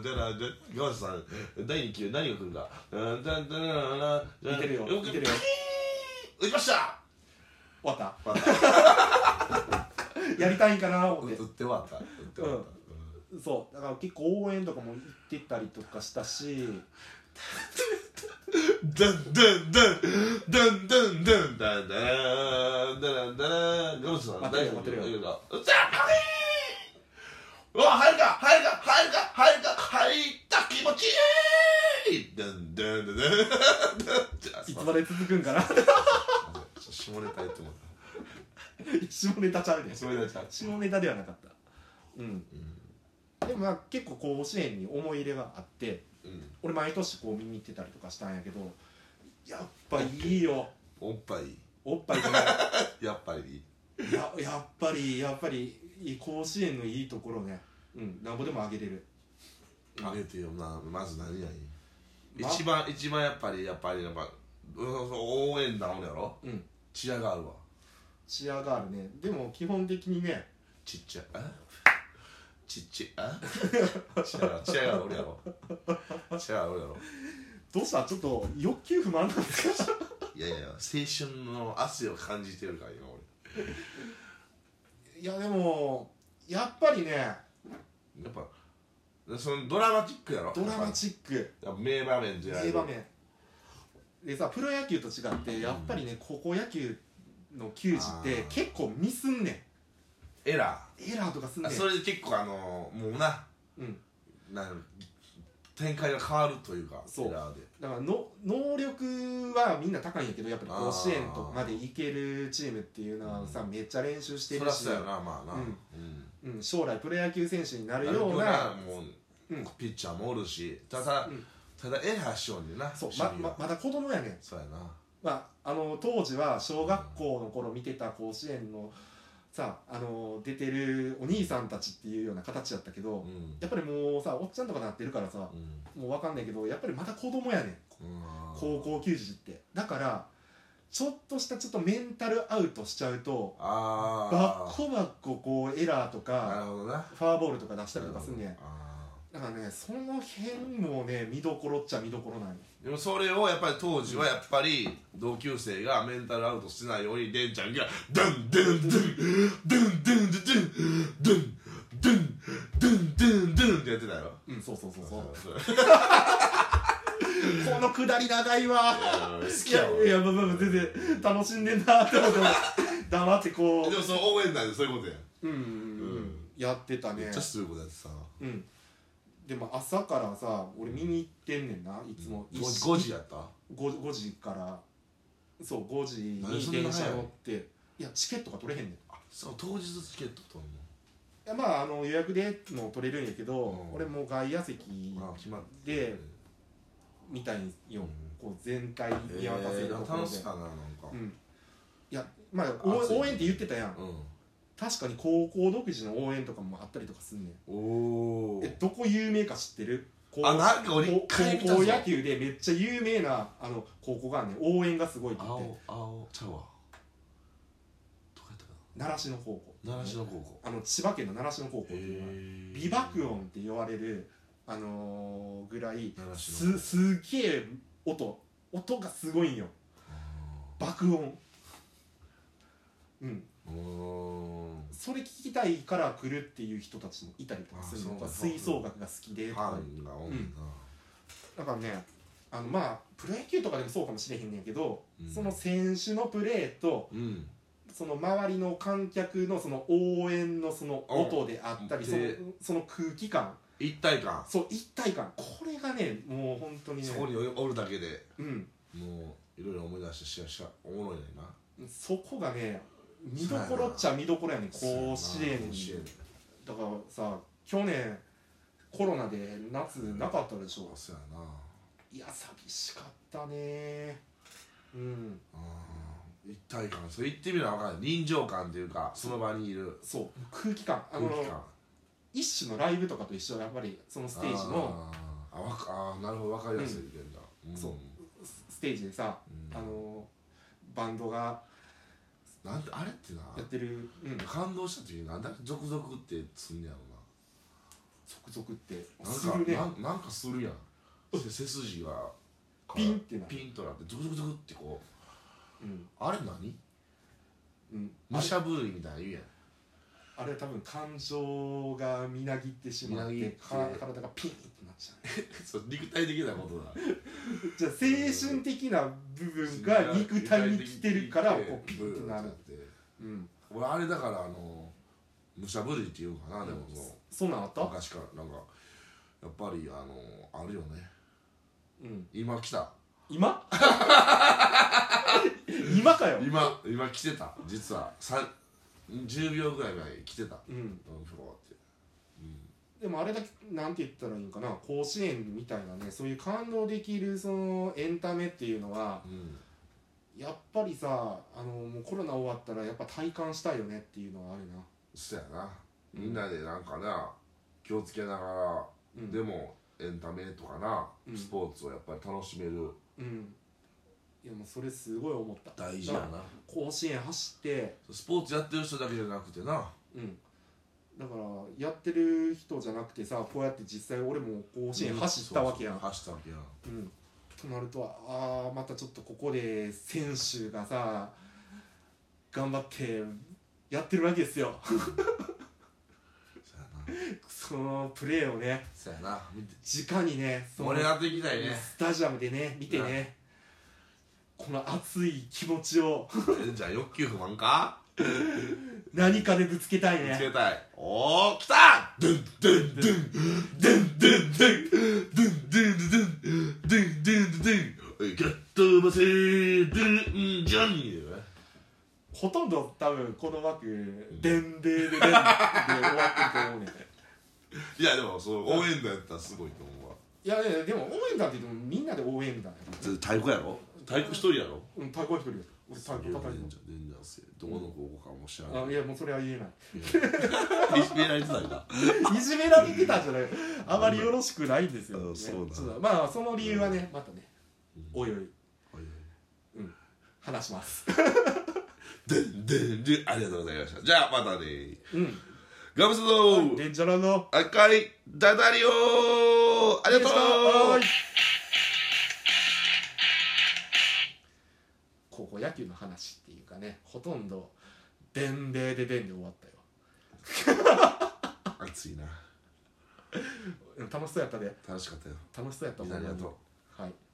山下さん第2球何が来るか見てるよ見てるよ打ちました終わったやりたいんかな思って打って終わったそうだから結構応援とかも行ってたりとかしたしダンダンダンダンダンダンダンダンダンダン山下さん待ってるよ待ってるようわ入るか入るか入るか入るか入った気持ちいいダンダンダンダンいつまで続くんかな下ネタ言ってもらった下ネタちゃうね下ネタちゃう下ネタではなかったでもまあ結構甲子園に思い入れがあって俺毎年こう見に行ってたりとかしたんやけどやっぱいいよ。 おっぱいおっぱいがねやっぱりやっぱり甲子園のいいところね、なんぼでもあげれる。 あげてよな。まず何がいい、 ま一番やっぱり応援団おるやろ、チアガールはチアガールね。でも基本的にね、 ちっちゃいチアガールおるやろチアガールおるやろ。 どうした、ちょっと欲求不満なんですかいや青春の汗を感じてるから今いやでもやっぱりね、 やっぱそのドラマチックやろ。 ドラマチック、 やっぱ名場面じゃない名場面でさ、プロ野球と違ってやっぱりね、高校野球の球児って結構ミスんねん。 エラとかすんねん。 ーそれで結構もうな展開が変わるというか、 そうエラーでだから能力はみんな高いんやけど、やっぱり甲子園とかまで行けるチームっていうのはさ、めっちゃ練習してるし、 そりゃそうやな、まあな、 将来プロ野球選手になるようなもう、ピッチャーもおるし、ただエラーしようにな。 そう、まだ子供やねん。 そうやな。 当時は小学校の頃見てた甲子園のさ、出てるお兄さんたちっていうような形やったけど、やっぱりもうさ、おっちゃんとかなってるからさ、もう分かんないけど、やっぱりまだ子供やねん、高校球児って。だからちょっとメンタルアウトしちゃうと、バッコこうエラーとかファーボールとか出したりとかすんねん。だからね、その辺もね、見どころっちゃ見どころなんよ。 でもそれをやっぱり当時はやっぱり同級生がメンタルアウトしないように、デンちゃんがドンドンドンドンドンドンドンドンドンドンドンドンドンってやってたよ。 そうこのくだり長いわ。 好きやわ。 いや全然楽しんでんなって思って黙ってこう。 でもその応援団でそういうことや。 やってたね。 めっちゃすごいことやってさ。 でも朝からさ、俺見に行ってんねんな、いつも。 5時やった 5時から、そう、5時に電車乗って。いや、チケットが取れへんねん。 そう、当日チケット取るの。 いや、まあ予約でも取れるんやけど、俺もう外野席で見たいんよ、こう全体見渡せるところで。 楽しかな、なんか。 いや、まあ応援って言ってたやん。確かに高校独自の応援とかもあったりとかすんねん。どこ有名か知ってる？ なんか俺一回見たぞ。 高校野球でめっちゃ有名な高校があんねん。応援がすごいって言って。 ちゃうわ。どこやったかな。 習志野高校。 習志野高校。 千葉県の習志野高校っていうのは美爆音って言われるぐらいすげえ音がすごいんよ。爆音。それ聞きたいから来るっていう人たちもいたりとかするのが、吹奏楽が好きでとか。だからね、まあプロ野球とかでもそうかもしれへんねんけど、その選手のプレーとその周りの観客のその応援のその音であったり、その空気感、 一体感、 これがね、もう本当にね、 そこにおるだけでもういろいろ思い出しておもろいねんな。 そこがね、見どころっちゃ見どころやねん、甲子園。だからさ、去年コロナで夏なかったでしょ。 そうやな。 いや、寂しかったね。 一体感、それ言ってみれば分かる。臨場感っていうか、その場にいる空気感。一種のライブとかと一緒、やっぱりそのステージのなるほど、分かりやすいけんだ。 ステージでさ、バンドがなんてあれってなやってる、 感動した時になんだ続々ってすんねやろな。 続々ってするね。 なんかするやん。背筋がピンってなる。 ピンとなってゾクゾクゾクってこう、あれ何？武者震いみたいな言うやん。あれ多分感情がみなぎってしまって体がピンってなっちゃう。 そう、肉体的なことだ。 じゃあ精神的な部分が肉体に来てるからこうピンってなるって。 俺あれだから武者震いっていうかな。でもそんなんあった？ 昔からなんかやっぱりあるよね。今来た。 今今かよ。 今来てた。実は10秒ぐらい前に来てた。フローって。 でもあれだけなんて言ったらいいんかな、甲子園みたいなね、そういう感動できるそのエンタメっていうのは、やっぱりさ、もうコロナ終わったらやっぱ体感したいよねっていうのはあるな。 そうやな、みんなでなんかな気をつけながら、でもエンタメとかな、スポーツをやっぱり楽しめる。 いやもうそれすごい思った。 大事やな。 甲子園走ってスポーツやってる人だけじゃなくてな、 だからやってる人じゃなくてさ、こうやって実際俺も甲子園走ったわけやん。 走ったわけやん。 となると、またちょっとここで選手がさ頑張ってやってるわけですよ。そのプレーをね、 そうやな、 直にね、 盛り上がっていきたいね。 スタジアムでね見てね、この熱い気持ちをじゃあ欲求不満か何かでぶつけたいね。 ぶつけたい。おー、来たドゥンドゥンドゥンドゥンドゥンドゥンドゥンドゥンドゥンドゥンドゥンドゥンドゥンドゥンガッとばせードゥンジャンニー。 ほとんど多分この枠デンデーデデンで終わってると思うね。 いやでもそう応援団やったらすごいと思うわ。 いやでも応援団って言ってもみんなで応援団や太鼓やろ、太鼓一人やろ。 太鼓は一人や。俺太鼓叩いてる。 デンジャースどこの高校かも知らない。 いやもうそれは言えない。 いじめられてたんだ。 いじめられてたんじゃない、あまりよろしくないんですよ、ね、 そうだ。 まあその理由はねまたね、おいおい話します。 でありがとうございました。じゃあまたね。ガムスドデンジャラの赤いダダリオありがとう。 高校野球の話っていうかね、ほとんどデンデーでデンで終わったよ。 熱いな。 楽しそうやったで。 楽しかったよ。 楽しそうやったもん。 ありがとう。 はい。